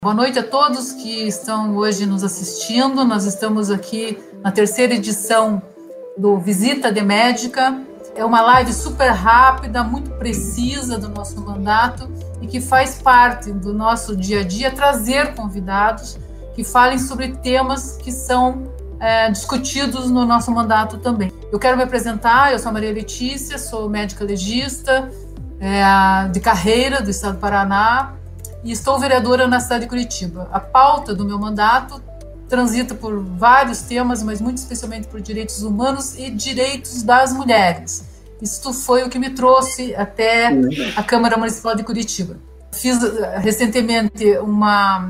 Boa noite a todos que estão hoje nos assistindo. Nós estamos aqui na terceira edição do Visita de Médica. É uma live super rápida, muito precisa do nosso mandato e que faz parte do nosso dia a dia trazer convidados que falem sobre temas que são discutidos no nosso mandato também. Eu quero me apresentar, eu sou a Maria Letícia, sou médica legista de carreira do estado do Paraná, e estou vereadora na cidade de Curitiba. A pauta do meu mandato transita por vários temas, mas muito especialmente por direitos humanos e direitos das mulheres. Isto foi o que me trouxe até a Câmara Municipal de Curitiba. Fiz recentemente um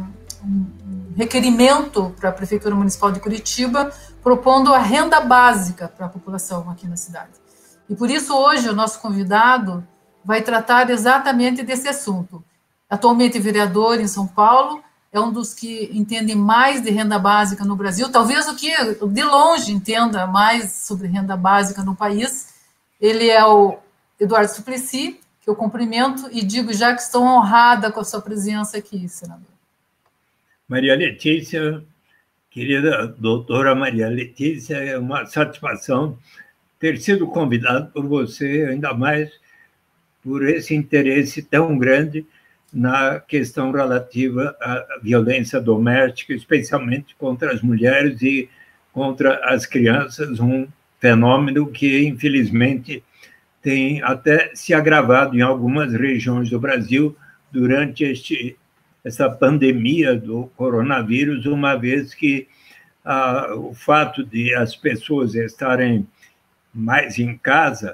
requerimento para a Prefeitura Municipal de Curitiba, propondo a renda básica para a população aqui na cidade. E por isso hoje o nosso convidado vai tratar exatamente desse assunto. Atualmente vereador em São Paulo, é um dos que entende mais de renda básica no Brasil, talvez o que de longe entenda mais sobre renda básica no país. Ele é o Eduardo Suplicy, que eu cumprimento e digo já que estou honrada com a sua presença aqui, senador. Maria Letícia, querida doutora Maria Letícia, é uma satisfação ter sido convidado por você, ainda mais por esse interesse tão grande na questão relativa à violência doméstica, especialmente contra as mulheres e contra as crianças, um fenômeno que, infelizmente, tem até se agravado em algumas regiões do Brasil durante essa pandemia do coronavírus, uma vez que o fato de as pessoas estarem mais em casa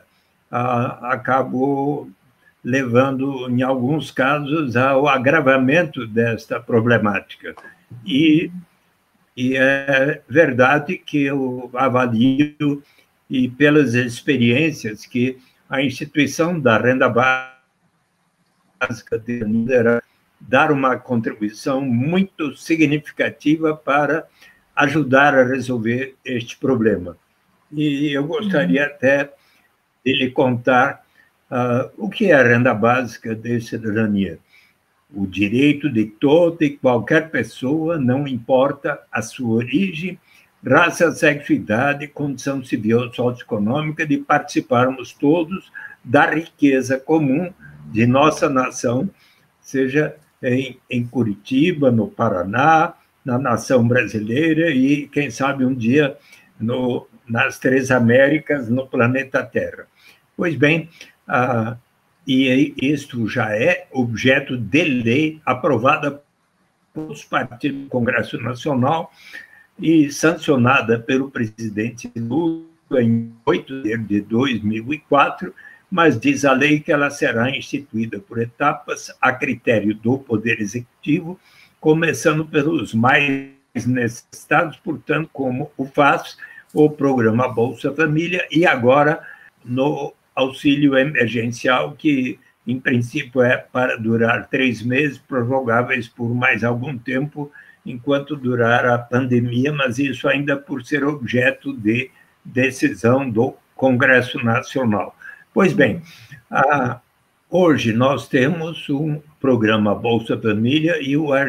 acabou levando, em alguns casos, ao agravamento desta problemática. E é verdade que eu avalio, e pelas experiências, que a instituição da renda básica deverá dar uma contribuição muito significativa para ajudar a resolver este problema. E eu gostaria até de lhe contar o que é a renda básica de cidadania? O direito de toda e qualquer pessoa, não importa a sua origem, raça, sexo, idade, condição civil ou socioeconômica, de participarmos todos da riqueza comum de nossa nação, seja em Curitiba, no Paraná, na nação brasileira e, quem sabe, um dia nas Três Américas, no planeta Terra. Pois bem, e isto já é objeto de lei aprovada pelos partidos do Congresso Nacional e sancionada pelo presidente Lula em 8 de 2004, mas diz a lei que ela será instituída por etapas a critério do Poder Executivo, começando pelos mais necessitados, portanto, como o FAS, o Programa Bolsa Família, e agora no auxílio emergencial, que, em princípio, é para durar 3 meses, prorrogáveis por mais algum tempo, enquanto durar a pandemia, mas isso ainda por ser objeto de decisão do Congresso Nacional. Pois bem, hoje nós temos um programa Bolsa Família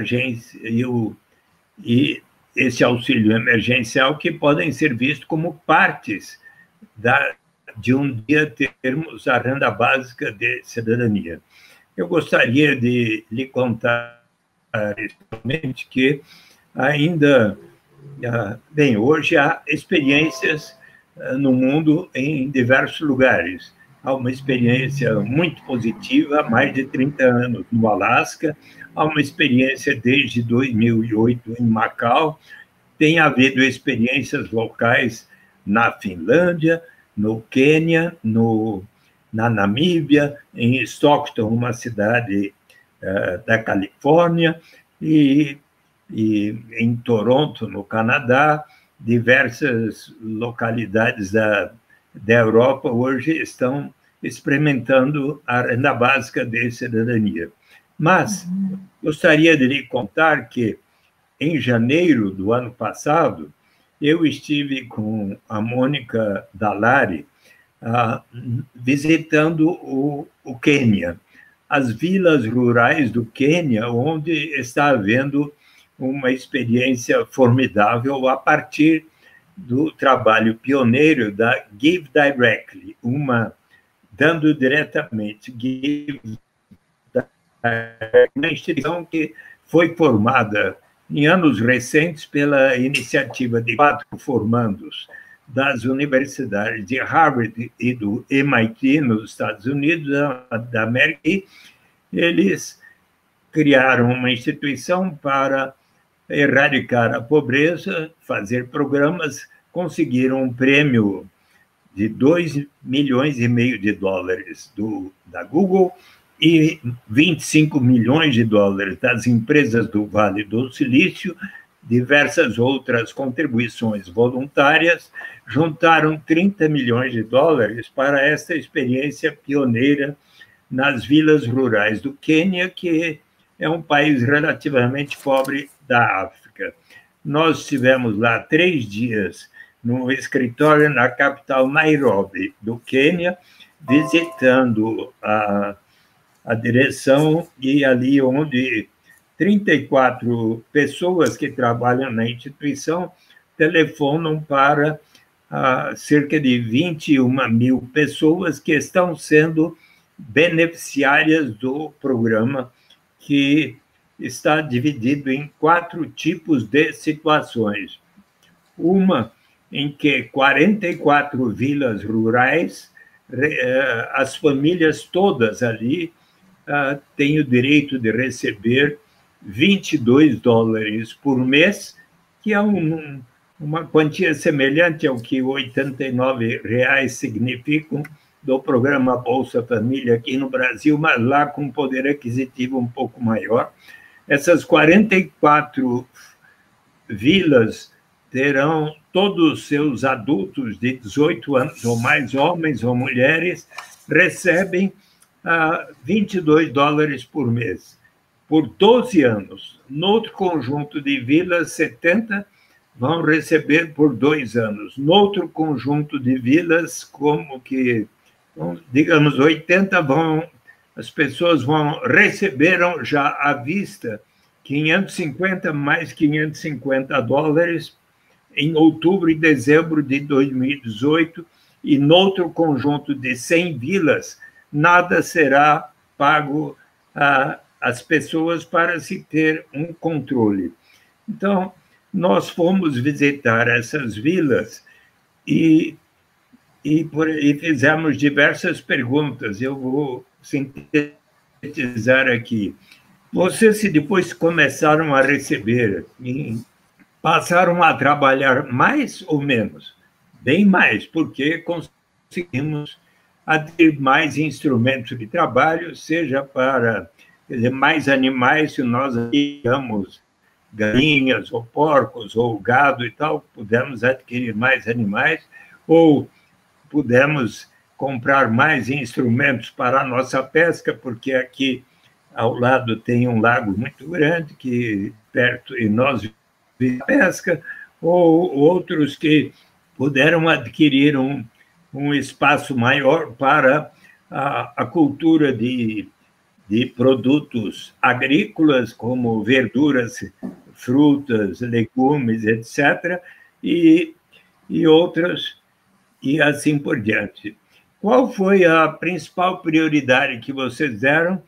e esse auxílio emergencial, que podem ser vistos como partes de um dia termos a renda básica de cidadania. Eu gostaria de lhe contar que ainda, bem, hoje há experiências no mundo em diversos lugares. Há uma experiência muito positiva, há mais de 30 anos no Alasca, há uma experiência desde 2008 em Macau, tem havido experiências locais na Finlândia, no Quênia, na Namíbia, em Stockton, uma cidade da Califórnia, e em Toronto, no Canadá, diversas localidades da Europa hoje estão experimentando a renda básica de cidadania. Mas gostaria de lhe contar que, em janeiro do ano passado, eu estive com a Mônica Dalari visitando o Quênia. as vilas rurais do Quênia, onde está havendo uma experiência formidável a partir do trabalho pioneiro da Give Directly, dando diretamente, uma instituição que foi formada em anos recentes pela iniciativa de 4 formandos das universidades de Harvard e do MIT, nos Estados Unidos da América, e eles criaram uma instituição para erradicar a pobreza, fazer programas, conseguiram um prêmio de $2,5 milhões da Google e $25 milhões das empresas do Vale do Silício, diversas outras contribuições voluntárias, juntaram $30 milhões para esta experiência pioneira nas vilas rurais do Quênia, que é um país relativamente pobre da África. Nós estivemos lá 3 dias no escritório na capital Nairobi, do Quênia, visitando a direção, e ali onde 34 pessoas que trabalham na instituição telefonam para cerca de 21 mil pessoas que estão sendo beneficiárias do programa, que está dividido em 4 tipos de situações. Uma em que 44 vilas rurais, as famílias todas ali têm o direito de receber $22 por mês, que é uma quantia semelhante ao que R$89 significam do programa Bolsa Família aqui no Brasil, mas lá com um poder aquisitivo um pouco maior. Essas 44 vilas terão todos os seus adultos de 18 anos ou mais, homens ou mulheres, recebem $22 por mês, por 12 anos. No outro conjunto de vilas, 70 vão receber por 2 anos. No outro conjunto de vilas, como que, digamos, 80 as pessoas receberam já à vista 550 mais $550 em outubro e dezembro de 2018, e no outro conjunto de 100 vilas, nada será pago às pessoas para se ter um controle. Então, nós fomos visitar essas vilas e fizemos diversas perguntas. Eu vou sintetizar aqui. Vocês, se depois começaram a receber, passaram a trabalhar mais ou menos? Bem mais, porque conseguimos adquirir mais instrumentos de trabalho, seja para mais animais, se nós criamos galinhas ou porcos ou gado e tal, pudemos adquirir mais animais, ou pudemos comprar mais instrumentos para a nossa pesca, porque aqui ao lado tem um lago muito grande, que perto, e nós vimos a pesca, ou outros que puderam adquirir um espaço maior para a cultura de produtos agrícolas, como verduras, frutas, legumes, etc., e outras, e assim por diante. Qual foi a principal prioridade que vocês deram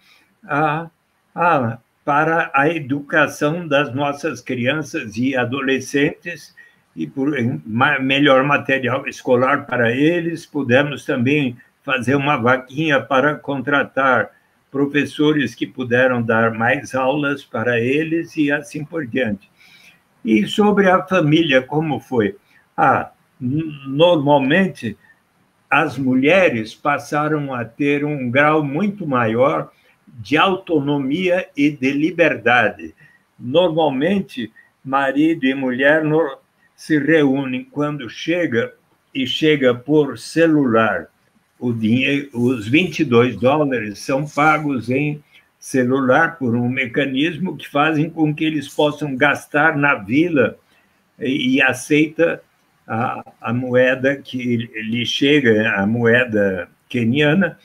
para a educação das nossas crianças e adolescentes, e por melhor material escolar para eles? Pudemos também fazer uma vaquinha para contratar professores que puderam dar mais aulas para eles e assim por diante. E sobre a família, como foi? Normalmente, as mulheres passaram a ter um grau muito maior de autonomia e de liberdade. Normalmente, marido e mulher se reúnem quando chega por celular. Os $22 são pagos em celular por um mecanismo que fazem com que eles possam gastar na vila e aceita a moeda que lhe chega, a moeda queniana,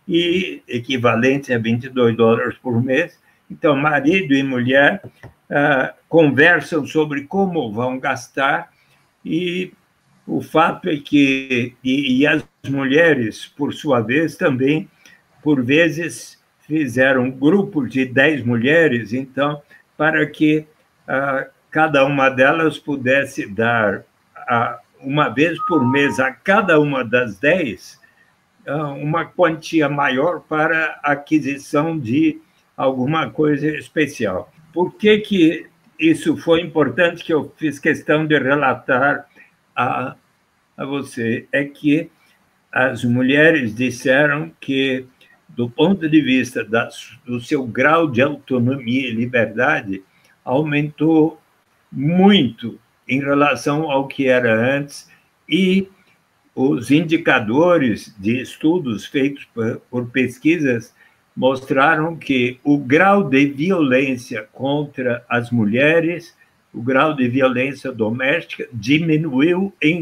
e equivalente a $22 por mês. Então, marido e mulher conversam sobre como vão gastar, e o fato é que e as mulheres, por sua vez, também, por vezes, fizeram grupos de 10 mulheres, então, para que cada uma delas pudesse dar, uma vez por mês, a cada uma das 10, uma quantia maior para a aquisição de alguma coisa especial. Por que isso foi importante, que eu fiz questão de relatar a você? É que as mulheres disseram que, do ponto de vista do seu grau de autonomia e liberdade, aumentou muito em relação ao que era antes, e os indicadores de estudos feitos por pesquisas mostraram que o grau de violência contra as mulheres, o grau de violência doméstica, diminuiu em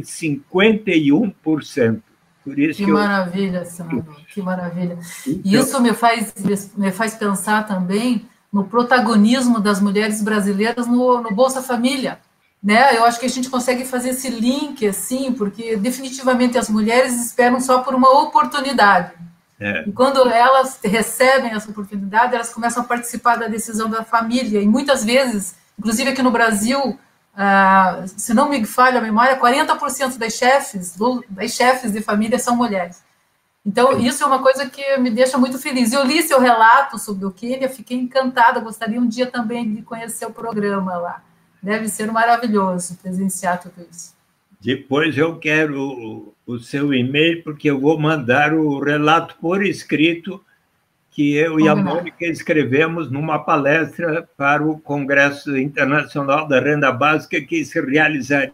51%. Por isso que maravilha, senador, que maravilha. E isso me faz pensar também no protagonismo das mulheres brasileiras no Bolsa Família. Né? Eu acho que a gente consegue fazer esse link, assim, porque definitivamente as mulheres esperam só por uma oportunidade. E quando elas recebem essa oportunidade, elas começam a participar da decisão da família. E muitas vezes, inclusive aqui no Brasil, se não me falha a memória, 40% das chefes de família são mulheres. Então, isso é uma coisa que me deixa muito feliz. Eu li seu relato sobre o Quênia, fiquei encantada, gostaria um dia também de conhecer o programa lá. Deve ser maravilhoso presenciar tudo isso. Depois eu quero o seu e-mail, porque eu vou mandar o relato por escrito que eu e a Mônica escrevemos numa palestra para o Congresso Internacional da Renda Básica, que se realizaria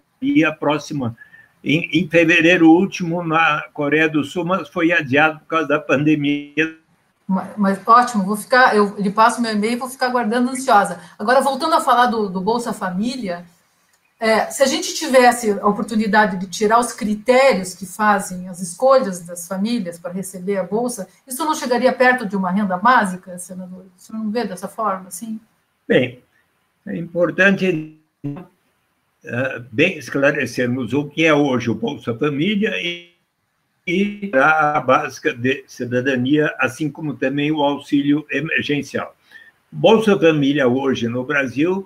em fevereiro último na Coreia do Sul, mas foi adiado por causa da pandemia. Mas ótimo, eu lhe passo meu e-mail e vou ficar aguardando ansiosa. Agora, voltando a falar do Bolsa Família, se a gente tivesse a oportunidade de tirar os critérios que fazem as escolhas das famílias para receber a Bolsa, isso não chegaria perto de uma renda básica, senador? Você não vê dessa forma, assim? Bem, é importante bem esclarecermos o que é hoje o Bolsa Família e a básica de cidadania, assim como também o auxílio emergencial. Bolsa Família hoje no Brasil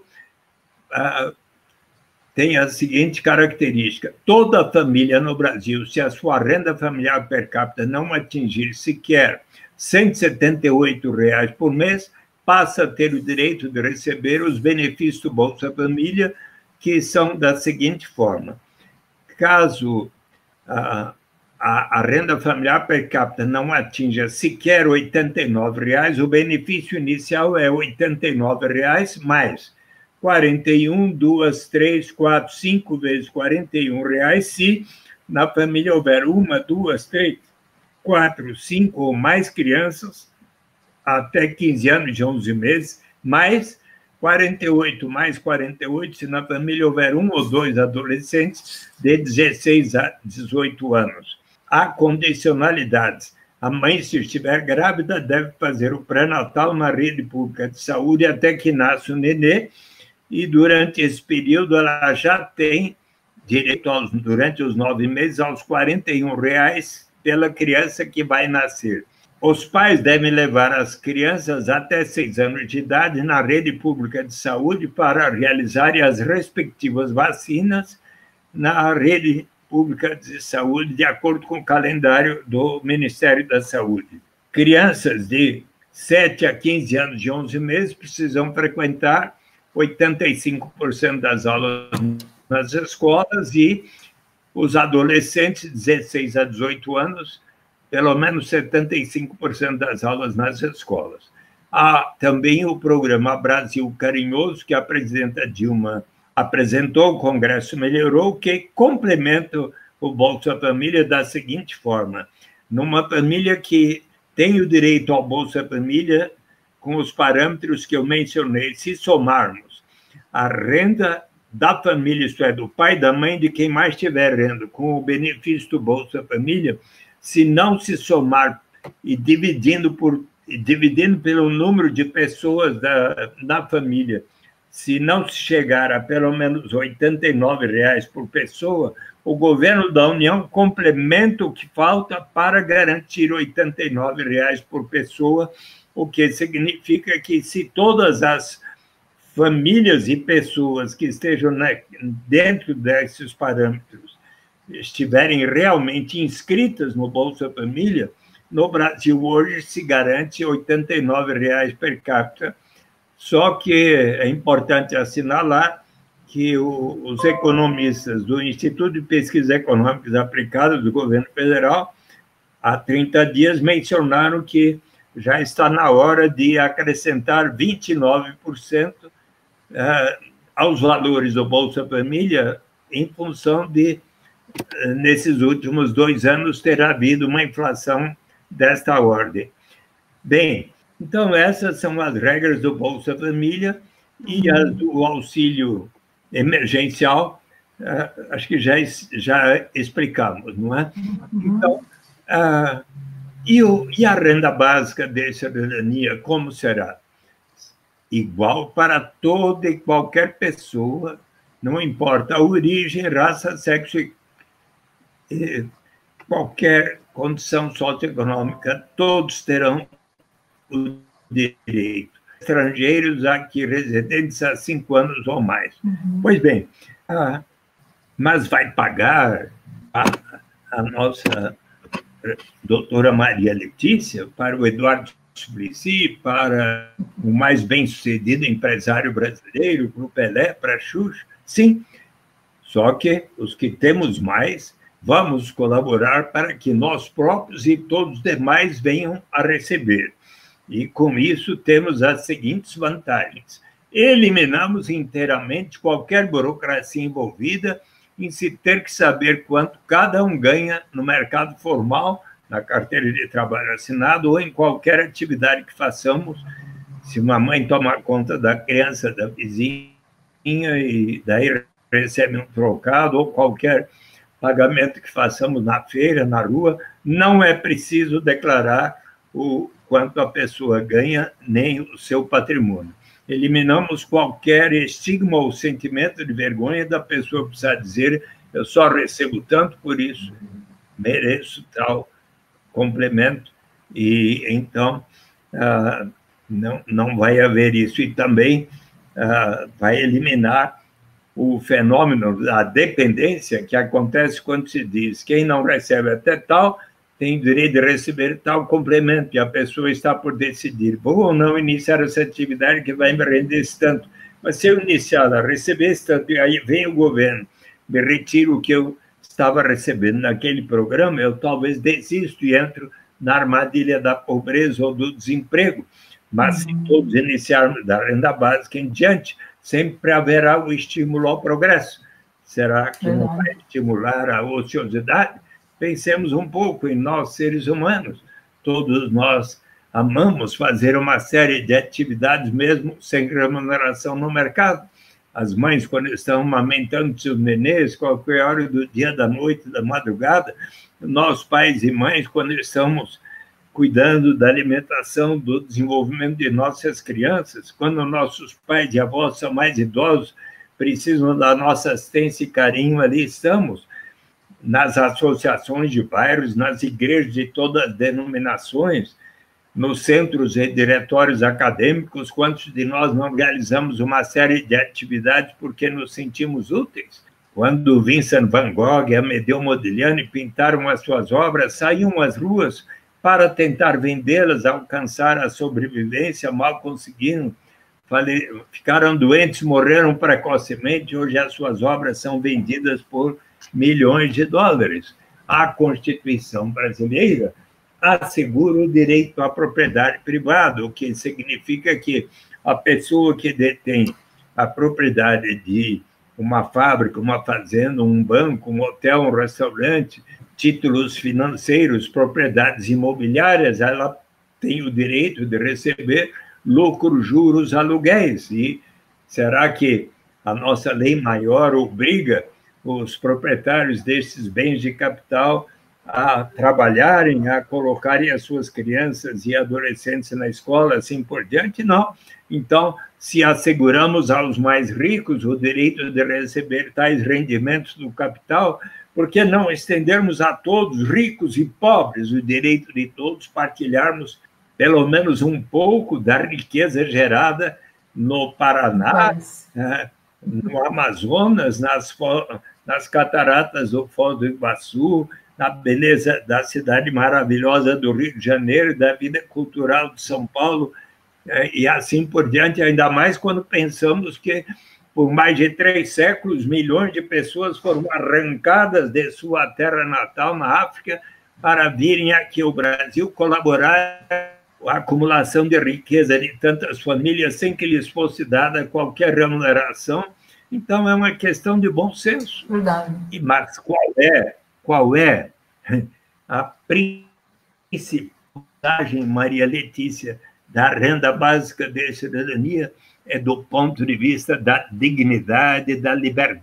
tem a seguinte característica: toda família no Brasil, se a sua renda familiar per capita não atingir sequer R$ 178 por mês, passa a ter o direito de receber os benefícios do Bolsa Família, que são da seguinte forma: caso a renda familiar per capita não atinja sequer R$ 89, o benefício inicial é R$ 89 mais 41, 2, 3, 4, 5 vezes R$ 41, se na família houver 1, 2, 3, 4, 5 ou mais crianças até 15 anos de 11 meses, mais 48 mais 48 se na família houver 1 ou 2 adolescentes de 16 a 18 anos. Há condicionalidades. A mãe, se estiver grávida, deve fazer o pré-natal na rede pública de saúde até que nasce o nenê, e durante esse período ela já tem direito, durante os 9 meses, aos R$ 41 pela criança que vai nascer. Os pais devem levar as crianças até 6 anos de idade na rede pública de saúde para realizarem as respectivas vacinas na rede pública de saúde, de acordo com o calendário do Ministério da Saúde. Crianças de 7 a 15 anos de 11 meses precisam frequentar 85% das aulas nas escolas, e os adolescentes de 16 a 18 anos, pelo menos 75% das aulas nas escolas. Há também o programa Brasil Carinhoso, que a presidenta Dilma apresentou, o Congresso melhorou, que complementa o Bolsa Família da seguinte forma: numa família que tem o direito ao Bolsa Família, com os parâmetros que eu mencionei, se somarmos a renda da família, isto é, do pai, da mãe, de quem mais tiver renda, com o benefício do Bolsa Família, se não se somar e dividindo pelo número de pessoas na família. Se não se chegar a pelo menos R$ 89 por pessoa, o governo da União complementa o que falta para garantir R$ 89 por pessoa, o que significa que se todas as famílias e pessoas que estejam dentro desses parâmetros estiverem realmente inscritas no Bolsa Família, no Brasil hoje se garante R$ 89 per capita. Só que é importante assinalar que os economistas do Instituto de Pesquisas Econômicas Aplicadas do governo federal, há 30 dias, mencionaram que já está na hora de acrescentar 29% aos valores do Bolsa Família, em função de, nesses últimos 2 anos, ter havido uma inflação desta ordem. Bem, então, essas são as regras do Bolsa Família e as do auxílio emergencial, acho que já explicamos, não é? Então, e a renda básica de cidadania, como será? Igual para toda e qualquer pessoa, não importa a origem, raça, sexo e qualquer condição socioeconômica, todos terão o direito. Estrangeiros aqui residentes há 5 anos ou mais. Pois bem, mas vai pagar a nossa doutora Maria Letícia, para o Eduardo Suplicy, para o mais bem-sucedido empresário brasileiro, para o Pelé, para a Xuxa? Sim, só que os que temos mais, vamos colaborar para que nós próprios e todos os demais venham a receber. E, com isso, temos as seguintes vantagens. Eliminamos inteiramente qualquer burocracia envolvida em se ter que saber quanto cada um ganha no mercado formal, na carteira de trabalho assinado ou em qualquer atividade que façamos. Se uma mãe toma conta da criança da vizinha e daí recebe um trocado ou qualquer pagamento que façamos na feira, na rua, não é preciso declarar o quanto a pessoa ganha, nem o seu patrimônio. Eliminamos qualquer estigma ou sentimento de vergonha da pessoa precisar dizer: eu só recebo tanto, por isso mereço tal complemento, e então não vai haver isso. E também vai eliminar o fenômeno da dependência que acontece quando se diz: quem não recebe até tal tem direito de receber tal complemento, e a pessoa está por decidir: vou ou não iniciar essa atividade que vai me render esse tanto. Mas se eu iniciar a receber esse tanto, e aí vem o governo, me retira o que eu estava recebendo naquele programa, eu talvez desisto e entro na armadilha da pobreza ou do desemprego. Mas se todos iniciarmos da renda básica em diante, sempre haverá o estímulo ao progresso. Será que não vai estimular a ociosidade? Pensemos um pouco em nós, seres humanos. Todos nós amamos fazer uma série de atividades, mesmo sem remuneração no mercado. As mães, quando estão amamentando seus nenês, qualquer hora do dia, da noite, da madrugada. Nós, pais e mães, quando estamos cuidando da alimentação, do desenvolvimento de nossas crianças, quando nossos pais e avós são mais idosos, precisam da nossa assistência e carinho, ali estamos. Nas associações de bairros, nas igrejas de todas as denominações, nos centros e diretórios acadêmicos, quantos de nós não realizamos uma série de atividades porque nos sentimos úteis? Quando Vincent van Gogh e Amedeo Modigliani pintaram as suas obras, saíam às ruas para tentar vendê-las, alcançar a sobrevivência, mal conseguiram, ficaram doentes, morreram precocemente, hoje as suas obras são vendidas por milhões de dólares. A Constituição brasileira assegura o direito à propriedade privada, o que significa que a pessoa que detém a propriedade de uma fábrica, uma fazenda, um banco, um hotel, um restaurante, títulos financeiros, propriedades imobiliárias, ela tem o direito de receber lucros, juros, aluguéis. E será que a nossa lei maior obriga os proprietários desses bens de capital a trabalharem, a colocarem as suas crianças e adolescentes na escola, assim por diante, não. Então, se asseguramos aos mais ricos o direito de receber tais rendimentos do capital, por que não estendermos a todos, ricos e pobres, o direito de todos partilharmos pelo menos um pouco da riqueza gerada no Paraná, no Amazonas, nas cataratas do Foz do Iguaçu, na beleza da cidade maravilhosa do Rio de Janeiro, da vida cultural de São Paulo, e assim por diante, ainda mais quando pensamos que, por mais de 3 séculos, milhões de pessoas foram arrancadas de sua terra natal, na África, para virem aqui ao Brasil colaborar com a acumulação de riqueza de tantas famílias sem que lhes fosse dada qualquer remuneração. Então, é uma questão de bom senso. Verdade. Mas qual é a principal, Maria Letícia, da renda básica de cidadania? É do ponto de vista da dignidade, da liberdade,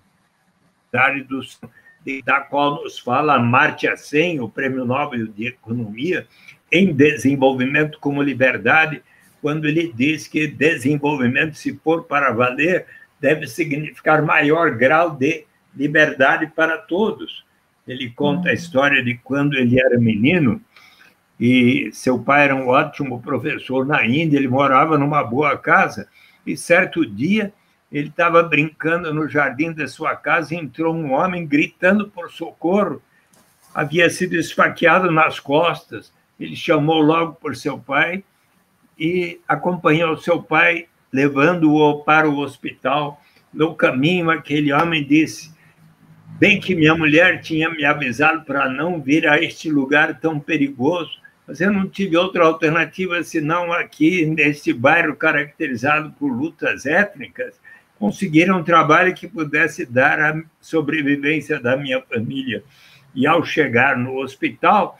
da qual nos fala Amartya Sen, o Prêmio Nobel de Economia, em Desenvolvimento como Liberdade, quando ele diz que desenvolvimento, se for para valer, deve significar maior grau de liberdade para todos. Ele conta a história de quando ele era menino, e seu pai era um ótimo professor na Índia, ele morava numa boa casa, e certo dia ele estava brincando no jardim da sua casa e entrou um homem gritando por socorro. Havia sido esfaqueado nas costas. Ele chamou logo por seu pai e acompanhou seu pai, levando-o para o hospital. No caminho, aquele homem disse: bem que minha mulher tinha me avisado para não vir a este lugar tão perigoso, mas eu não tive outra alternativa senão aqui, neste bairro caracterizado por lutas étnicas, conseguir um trabalho que pudesse dar a sobrevivência da minha família. E, ao chegar no hospital,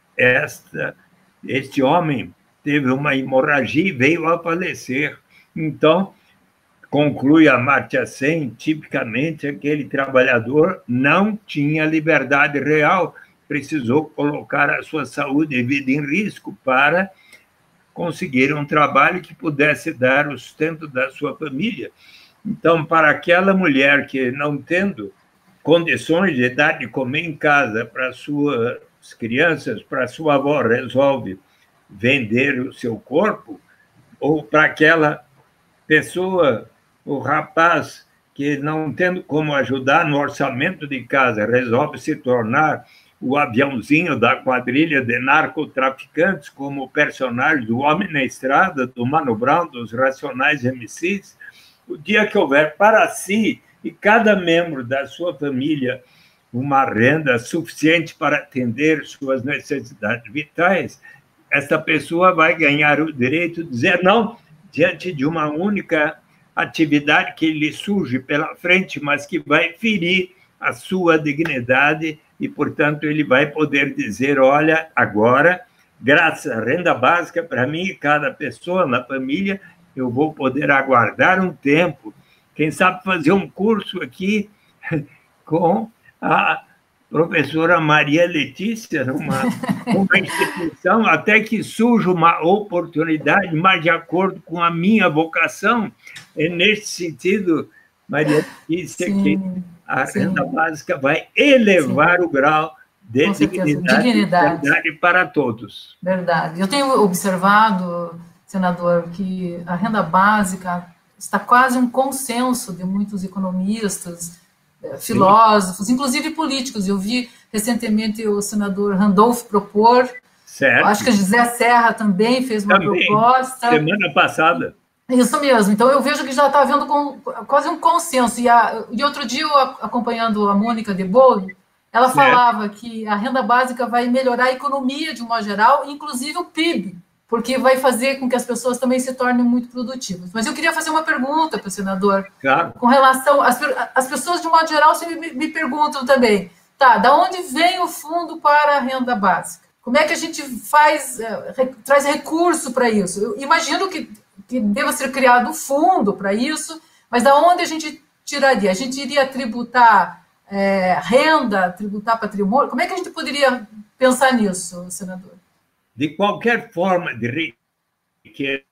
este homem teve uma hemorragia e veio a falecer. Então, conclui Amartya Sen, tipicamente, aquele trabalhador não tinha liberdade real, precisou colocar a sua saúde e vida em risco para conseguir um trabalho que pudesse dar o sustento da sua família. Então, para aquela mulher que, não tendo condições de dar de comer em casa para suas crianças, para sua avó, resolve vender o seu corpo, ou para aquela pessoa, o rapaz, que, não tendo como ajudar no orçamento de casa, resolve se tornar o aviãozinho da quadrilha de narcotraficantes, como o personagem do Homem na Estrada, do Mano Brown, dos Racionais MCs, o dia que houver para si e cada membro da sua família uma renda suficiente para atender suas necessidades vitais, essa pessoa vai ganhar o direito de dizer não diante de uma única atividade que lhe surge pela frente, mas que vai ferir a sua dignidade e, portanto, ele vai poder dizer: olha, agora, graças à renda básica para mim e cada pessoa na família, eu vou poder aguardar um tempo, quem sabe fazer um curso aqui com a professora Maria Letícia, numa instituição, até que surja uma oportunidade mais de acordo com a minha vocação. É nesse sentido, Maria Letícia, que a renda básica vai elevar o grau de dignidade para todos. Verdade. Eu tenho observado, senador, que a renda básica está quase um consenso de muitos economistas, filósofos, inclusive políticos. Eu vi recentemente o senador Randolph propor, certo. Acho que a José Serra também fez uma proposta. Semana passada. Isso mesmo. Então, eu vejo que já está havendo quase um consenso. E outro dia, eu, acompanhando a Mônica de Bolle, ela falava que a renda básica vai melhorar a economia de um modo geral, inclusive o PIB, porque vai fazer com que as pessoas também se tornem muito produtivas. Mas eu queria fazer uma pergunta para o senador, com relação... As pessoas, de um modo geral, sempre me perguntam também, tá, da onde vem o fundo para a renda básica? Como é que a gente traz recurso para isso? Eu imagino que deva ser criado um fundo para isso, mas da onde a gente tiraria? A gente iria tributar renda, tributar patrimônio? Como é que a gente poderia pensar nisso, senador? De qualquer forma de riqueza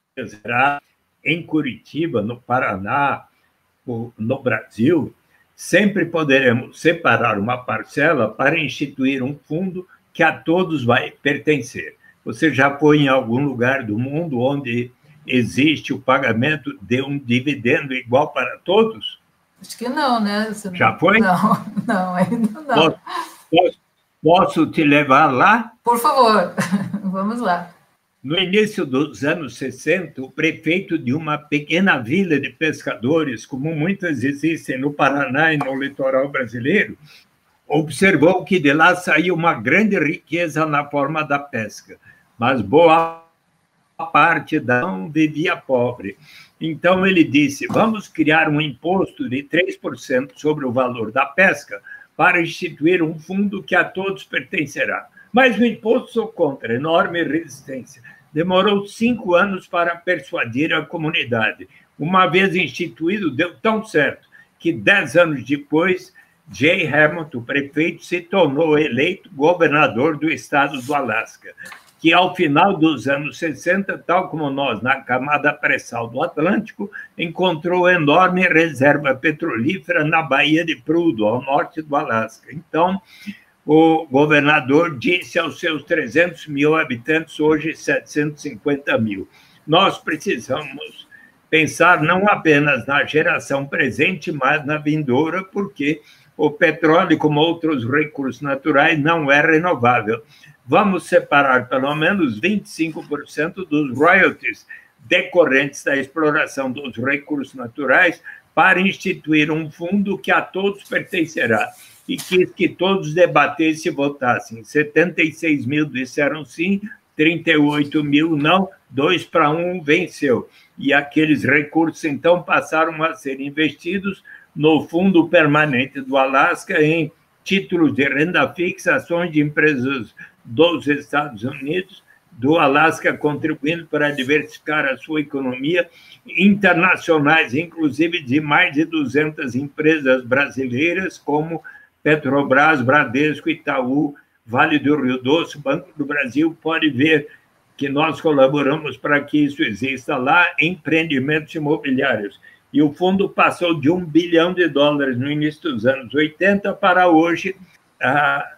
em Curitiba, no Paraná, no Brasil, sempre poderemos separar uma parcela para instituir um fundo que a todos vai pertencer. Você já foi em algum lugar do mundo onde existe o pagamento de um dividendo igual para todos? Acho que não, né? Já foi? Não, não, ainda não. Posso te levar lá? Por favor, vamos lá. No início dos anos 60, o prefeito de uma pequena vila de pescadores, como muitas existem no Paraná e no litoral brasileiro, observou que de lá saía uma grande riqueza na forma da pesca, mas boa parte não vivia pobre. Então ele disse: vamos criar um imposto de 3% sobre o valor da pesca para instituir um fundo que a todos pertencerá. Mas o imposto sou contra, enorme resistência. Demorou 5 anos para persuadir a comunidade. Uma vez instituído, deu tão certo que 10 anos depois, Jay Hamilton, o prefeito, se tornou eleito governador do estado do Alasca, que ao final dos anos 60, tal como nós, na camada pré-sal do Atlântico, encontrou enorme reserva petrolífera na Baía de Prudhoe, ao norte do Alasca. Então, o governador disse aos seus 300 mil habitantes, hoje 750 mil, nós precisamos pensar não apenas na geração presente, mas na vindoura, porque o petróleo, como outros recursos naturais, não é renovável. Vamos separar pelo menos 25% dos royalties decorrentes da exploração dos recursos naturais para instituir um fundo que a todos pertencerá. E que todos debatessem e votassem. 76 mil disseram sim, 38 mil não, 2-1 venceu. E aqueles recursos, então, passaram a ser investidos no Fundo Permanente do Alasca em títulos de renda fixa, ações de empresas dos Estados Unidos, do Alasca, contribuindo para diversificar a sua economia, internacionais, inclusive de mais de 200 empresas brasileiras, como Petrobras, Bradesco, Itaú, Vale do Rio Doce, Banco do Brasil. Pode ver que nós colaboramos para que isso exista lá, empreendimentos imobiliários. E o fundo passou de $1 bilhão no início dos anos 80 para hoje a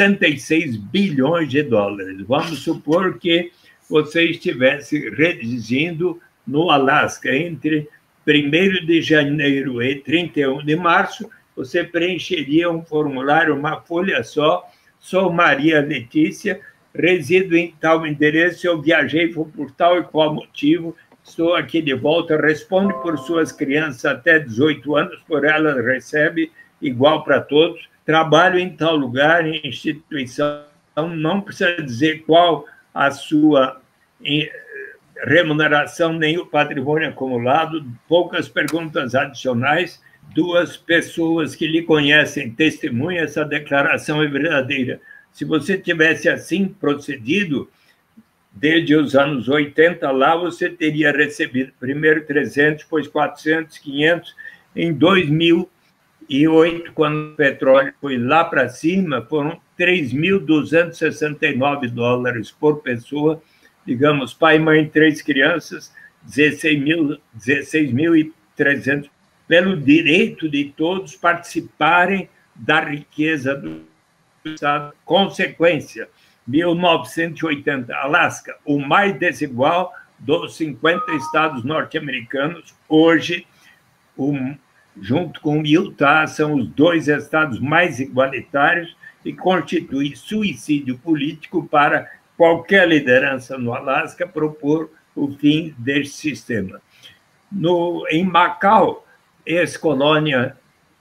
66 bilhões de dólares. Vamos supor que você estivesse residindo no Alasca entre 1º de janeiro e 31 de março, você preencheria um formulário, uma folha só. Sou Maria Letícia, resido em tal endereço, eu viajei por tal e qual motivo, estou aqui de volta, responde por suas crianças até 18 anos, por elas recebe igual para todos, trabalho em tal lugar, em instituição, não precisa dizer qual a sua remuneração, nem o patrimônio acumulado, poucas perguntas adicionais. 2 pessoas que lhe conhecem testemunham, essa declaração é verdadeira. Se você tivesse assim procedido, desde os anos 80 lá, você teria recebido primeiro 300, depois 400, 500. Em 2008, quando o petróleo foi lá para cima, foram $3.269 por pessoa, digamos, pai, mãe, 3 crianças, 16.300, pelo direito de todos participarem da riqueza do Estado. Consequência, 1980, Alasca, o mais desigual dos 50 estados norte-americanos. Hoje, junto com Utah, são os 2 estados mais igualitários e constitui suicídio político para qualquer liderança no Alasca propor o fim deste sistema. Em Macau, ex-colônia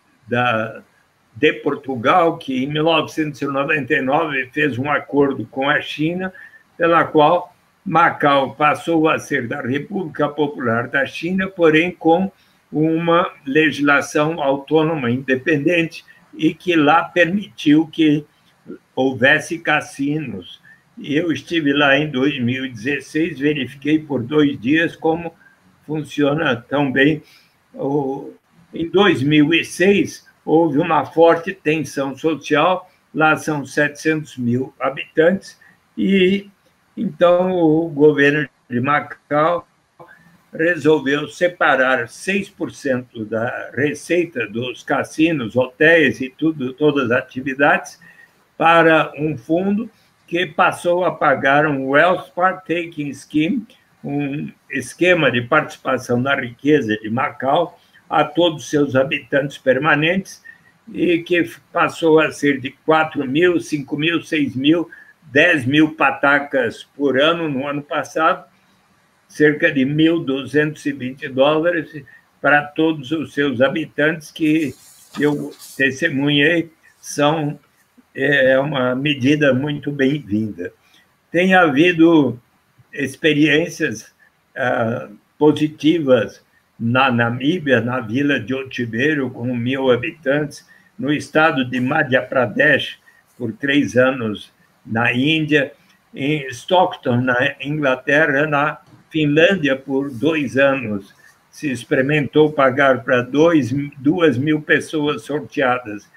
de Portugal, que em 1999 fez um acordo com a China, pela qual Macau passou a ser da República Popular da China, porém com uma legislação autônoma, independente, e que lá permitiu que houvesse cassinos. Eu estive lá em 2016, verifiquei por 2 dias como funciona tão bem. Em 2006, houve uma forte tensão social, lá são 700 mil habitantes, e então o governo de Macau resolveu separar 6% da receita dos cassinos, hotéis e todas as atividades para um fundo que passou a pagar um Wealth Partaking Scheme, um esquema de participação na riqueza de Macau a todos os seus habitantes permanentes, e que passou a ser de 4 mil, 5 mil, 6 mil, 10 mil patacas por ano no ano passado, cerca de $1.220 para todos os seus habitantes, que eu testemunhei, são uma medida muito bem-vinda. Tem havido experiências positivas na Namíbia, na vila de Otiveiro, com 1.000 habitantes, no estado de Madhya Pradesh, por 3 anos, na Índia, em Stockton, na Inglaterra, na Finlândia, por 2 anos. Se experimentou pagar para 2.000 pessoas sorteadas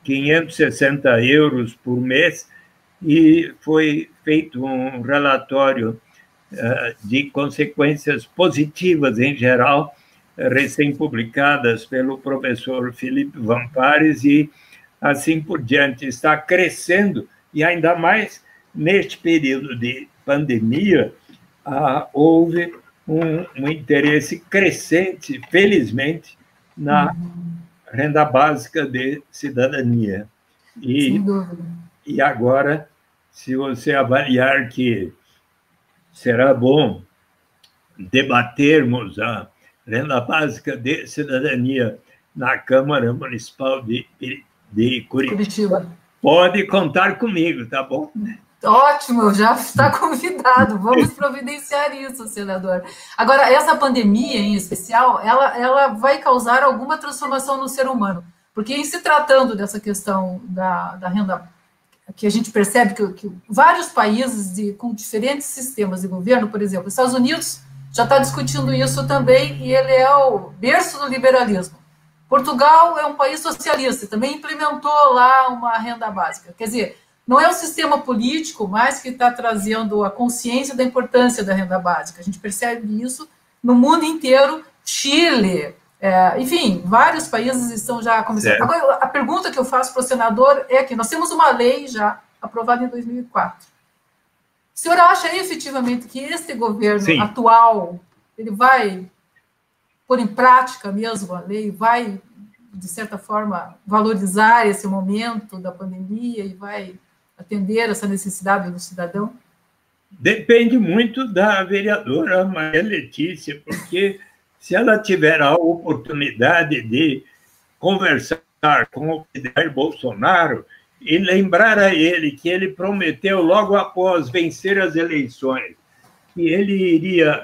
€560 por mês, e foi feito um relatório de consequências positivas em geral, recém-publicadas pelo professor Felipe Van Pares, e assim por diante. Está crescendo, e ainda mais neste período de pandemia, houve um interesse crescente, felizmente, na renda básica de cidadania. Sem dúvida. E agora, se você avaliar que será bom debatermos a renda básica de cidadania na Câmara Municipal de Curitiba, pode contar comigo, tá bom? Ótimo, já está convidado. Vamos providenciar isso, senador. Agora, essa pandemia, em especial, ela vai causar alguma transformação no ser humano, porque em se tratando dessa questão da renda, que a gente percebe que vários países com diferentes sistemas de governo, por exemplo, os Estados Unidos já está discutindo isso também, e ele é o berço do liberalismo. Portugal é um país socialista, também implementou lá uma renda básica. Quer dizer, não é o sistema político mais que está trazendo a consciência da importância da renda básica. A gente percebe isso no mundo inteiro. Chile, enfim, vários países estão já começando. Certo. Agora, a pergunta que eu faço para o senador é que nós temos uma lei já aprovada em 2004. O senhor acha efetivamente que este governo atual ele vai pôr em prática mesmo a lei, vai, de certa forma, valorizar esse momento da pandemia e vai atender essa necessidade do cidadão? Depende muito da vereadora Maria Letícia, porque se ela tiver a oportunidade de conversar com o presidente Bolsonaro e lembrar a ele que ele prometeu, logo após vencer as eleições, que ele iria,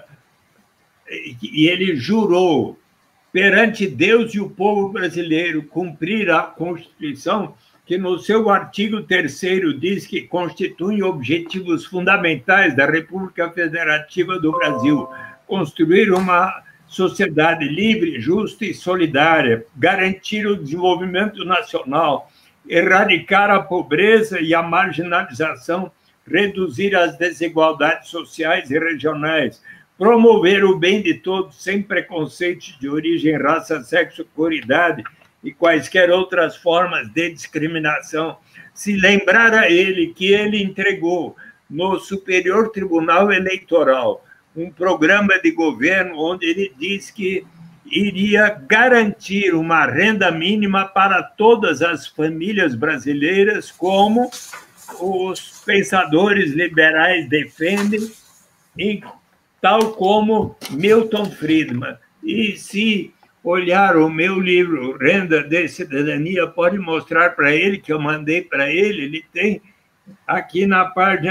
e ele jurou perante Deus e o povo brasileiro cumprir a Constituição, que no seu artigo 3º diz que constituem objetivos fundamentais da República Federativa do Brasil: construir uma sociedade livre, justa e solidária, garantir o desenvolvimento nacional, erradicar a pobreza e a marginalização, reduzir as desigualdades sociais e regionais, promover o bem de todos sem preconceitos de origem, raça, sexo, cor, idade e quaisquer outras formas de discriminação. Se lembrar a ele que ele entregou no Superior Tribunal Eleitoral um programa de governo onde ele diz que iria garantir uma renda mínima para todas as famílias brasileiras, como os pensadores liberais defendem, e tal como Milton Friedman. E se olhar o meu livro, Renda de Cidadania, pode mostrar para ele, que eu mandei para ele, ele tem aqui na página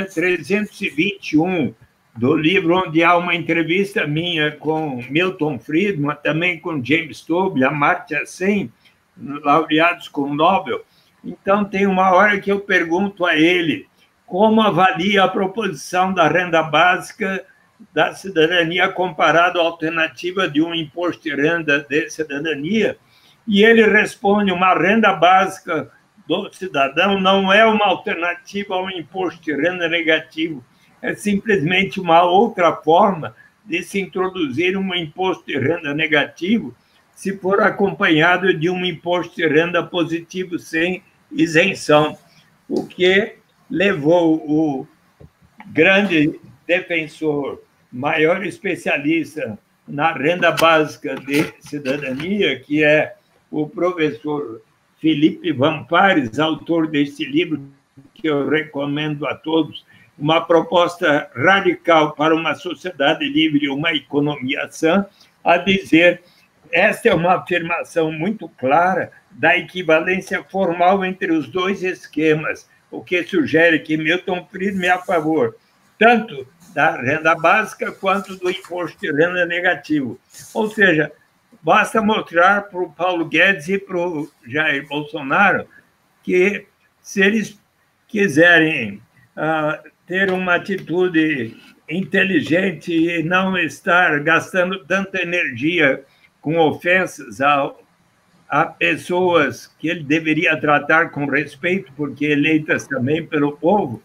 321 do livro, onde há uma entrevista minha com Milton Friedman, também com James Tobey, Amartya Sen, laureados com o Nobel. Então, tem uma hora que eu pergunto a ele como avalia a proposição da renda básica da cidadania comparado à alternativa de um imposto de renda de cidadania, e ele responde: uma renda básica do cidadão não é uma alternativa ao imposto de renda negativo, é simplesmente uma outra forma de se introduzir um imposto de renda negativo se for acompanhado de um imposto de renda positivo sem isenção, o que levou o grande defensor, maior especialista na renda básica de cidadania, que é o professor Felipe Vampares, autor deste livro que eu recomendo a todos, uma proposta radical para uma sociedade livre e uma economia sã, a dizer, esta é uma afirmação muito clara da equivalência formal entre os dois esquemas, o que sugere que Milton Friedman é a favor tanto da renda básica quanto do imposto de renda negativo. Ou seja, basta mostrar para o Paulo Guedes e para o Jair Bolsonaro que, se eles quiserem ter uma atitude inteligente e não estar gastando tanta energia com ofensas a pessoas que ele deveria tratar com respeito, porque eleitas também pelo povo,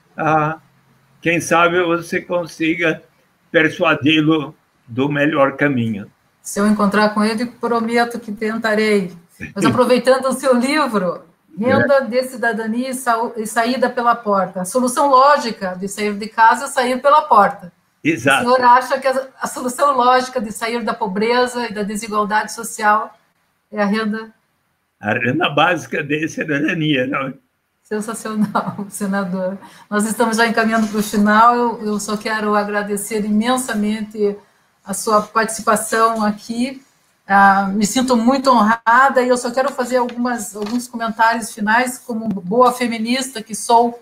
quem sabe você consiga persuadi-lo do melhor caminho. Se eu encontrar com ele, prometo que tentarei. Mas aproveitando o seu livro, Renda de Cidadania e Saída pela Porta. A solução lógica de sair de casa é sair pela porta. Exato. O senhor acha que a solução lógica de sair da pobreza e da desigualdade social é a renda? A renda básica de cidadania, não é? Sensacional, senador. Nós estamos já encaminhando para o final. Eu só quero agradecer imensamente a sua participação aqui. Me sinto muito honrada e eu só quero fazer alguns comentários finais, como boa feminista que sou.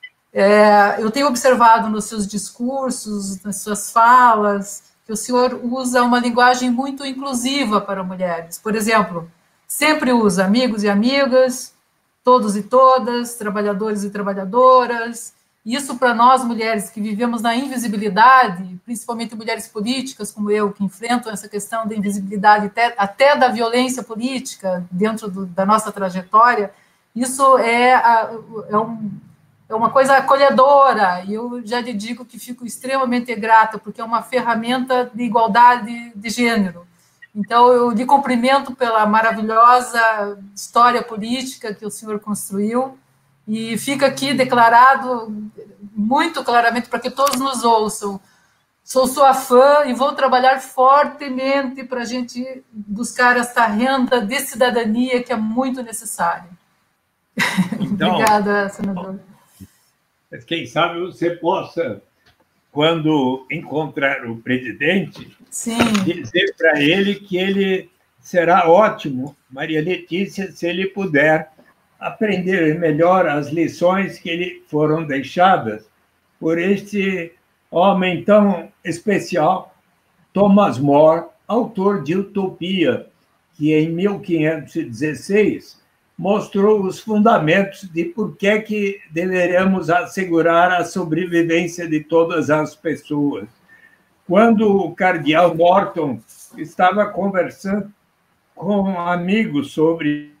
Eu tenho observado nos seus discursos, nas suas falas, que o senhor usa uma linguagem muito inclusiva para mulheres. Por exemplo, sempre usa amigos e amigas, todos e todas, trabalhadores e trabalhadoras. Isso, para nós, mulheres que vivemos na invisibilidade, principalmente mulheres políticas como eu, que enfrentam essa questão da invisibilidade, até da violência política dentro da nossa trajetória, isso é uma coisa acolhedora, e eu já lhe digo que fico extremamente grata, porque é uma ferramenta de igualdade de gênero. Então, eu lhe cumprimento pela maravilhosa história política que o senhor construiu, e fica aqui declarado muito claramente para que todos nos ouçam. Sou sua fã e vou trabalhar fortemente para a gente buscar esta renda de cidadania que é muito necessária. Então, obrigada, senador. Quem sabe você possa, quando encontrar o presidente, sim, dizer para ele que ele será ótimo, Maria Letícia, se ele puder aprender melhor as lições que lhe foram deixadas por este homem tão especial, Thomas More, autor de Utopia, que em 1516 mostrou os fundamentos de por que deveremos assegurar a sobrevivência de todas as pessoas. Quando o cardeal Morton estava conversando com um amigo sobre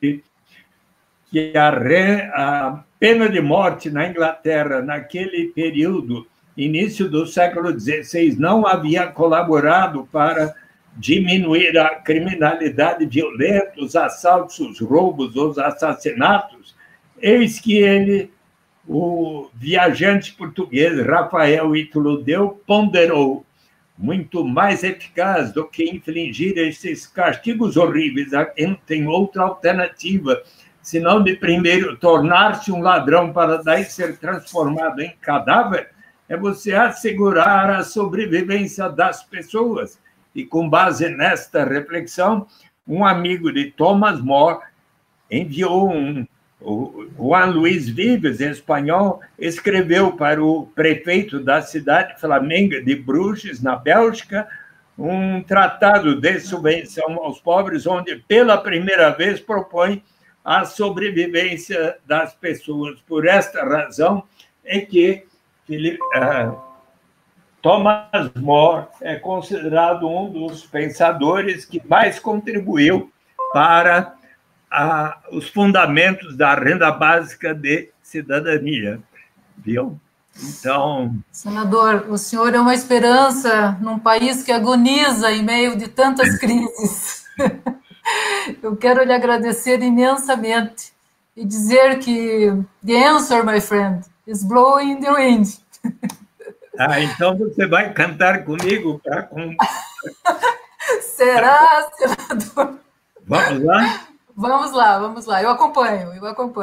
que a pena de morte na Inglaterra, naquele período, início do século XVI, não havia colaborado para diminuir a criminalidade violenta, os assaltos, os roubos, os assassinatos, eis que ele, o viajante português Rafael Ítalo Deu, ponderou: muito mais eficaz do que infligir esses castigos horríveis, a quem não tem outra alternativa, senão de primeiro tornar-se um ladrão para daí ser transformado em cadáver, é você assegurar a sobrevivência das pessoas. E, com base nesta reflexão, um amigo de Thomas More enviou o Juan Luis Vives, espanhol, escreveu para o prefeito da cidade flamenga de Bruges, na Bélgica, um tratado de subvenção aos pobres, onde, pela primeira vez, propõe a sobrevivência das pessoas. Por esta razão é que Thomas More é considerado um dos pensadores que mais contribuiu para os fundamentos da renda básica de cidadania, viu? Então... Senador, o senhor é uma esperança num país que agoniza em meio de tantas crises. Eu quero lhe agradecer imensamente e dizer que the answer, my friend, is blowing in the wind. Então você vai cantar comigo para... Será, senador? Vamos lá? Vamos lá. Eu acompanho.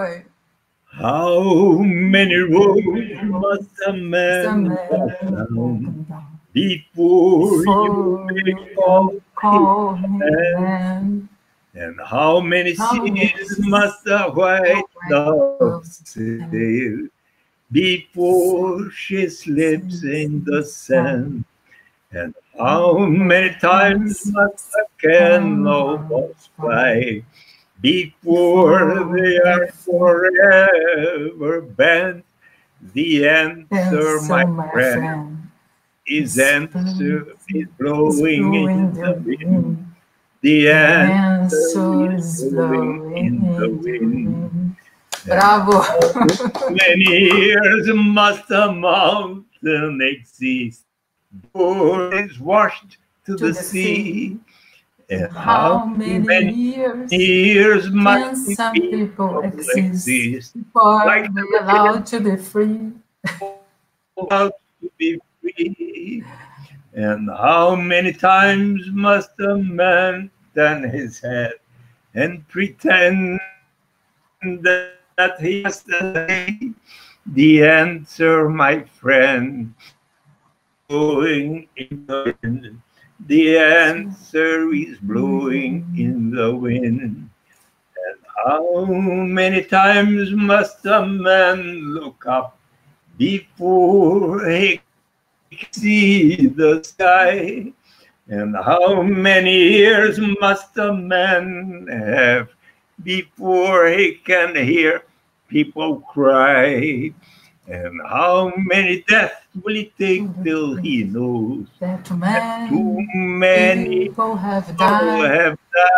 How many roads must a man walk down before you may call him man? And how many seas must a white dove sail before she slips in the sand? And how many times must a canvas fly before they are forever bent? The answer, my friend, is blowing in the wind. The answer is blowing in the wind. Bravo! How many years must a mountain exist before it's washed to the sea? And how many years must some people exist before like they're allowed to be free? Allowed to be free? And how many times must a man turn his head and pretend that he has the day? The answer, my friend, blowing in the wind. The answer is blowing in the wind. And how many times must a man look up before he see the sky? And how many years must a man have before he can hear people cry? And how many deaths will it take till he knows that too many people have died?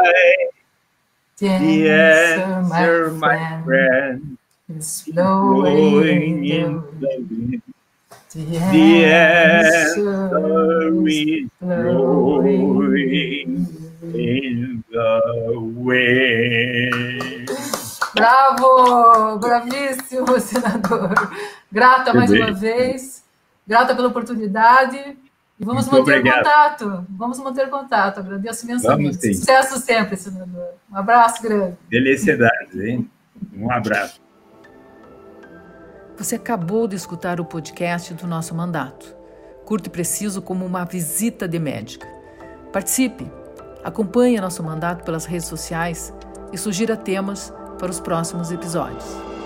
The answer, my friend, is blowing in the wind. The answer is blowing in the wind. Bravo! Bravíssimo, senador. Grata mais uma vez. Grata pela oportunidade. E vamos manter contato. Vamos manter contato. Agradeço imensamente. Sucesso sempre, senador. Um abraço grande. Felicidades, hein? Um abraço. Você acabou de escutar o podcast do nosso mandato. Curto e preciso como uma visita de médica. Participe, acompanhe nosso mandato pelas redes sociais e sugira temas para os próximos episódios.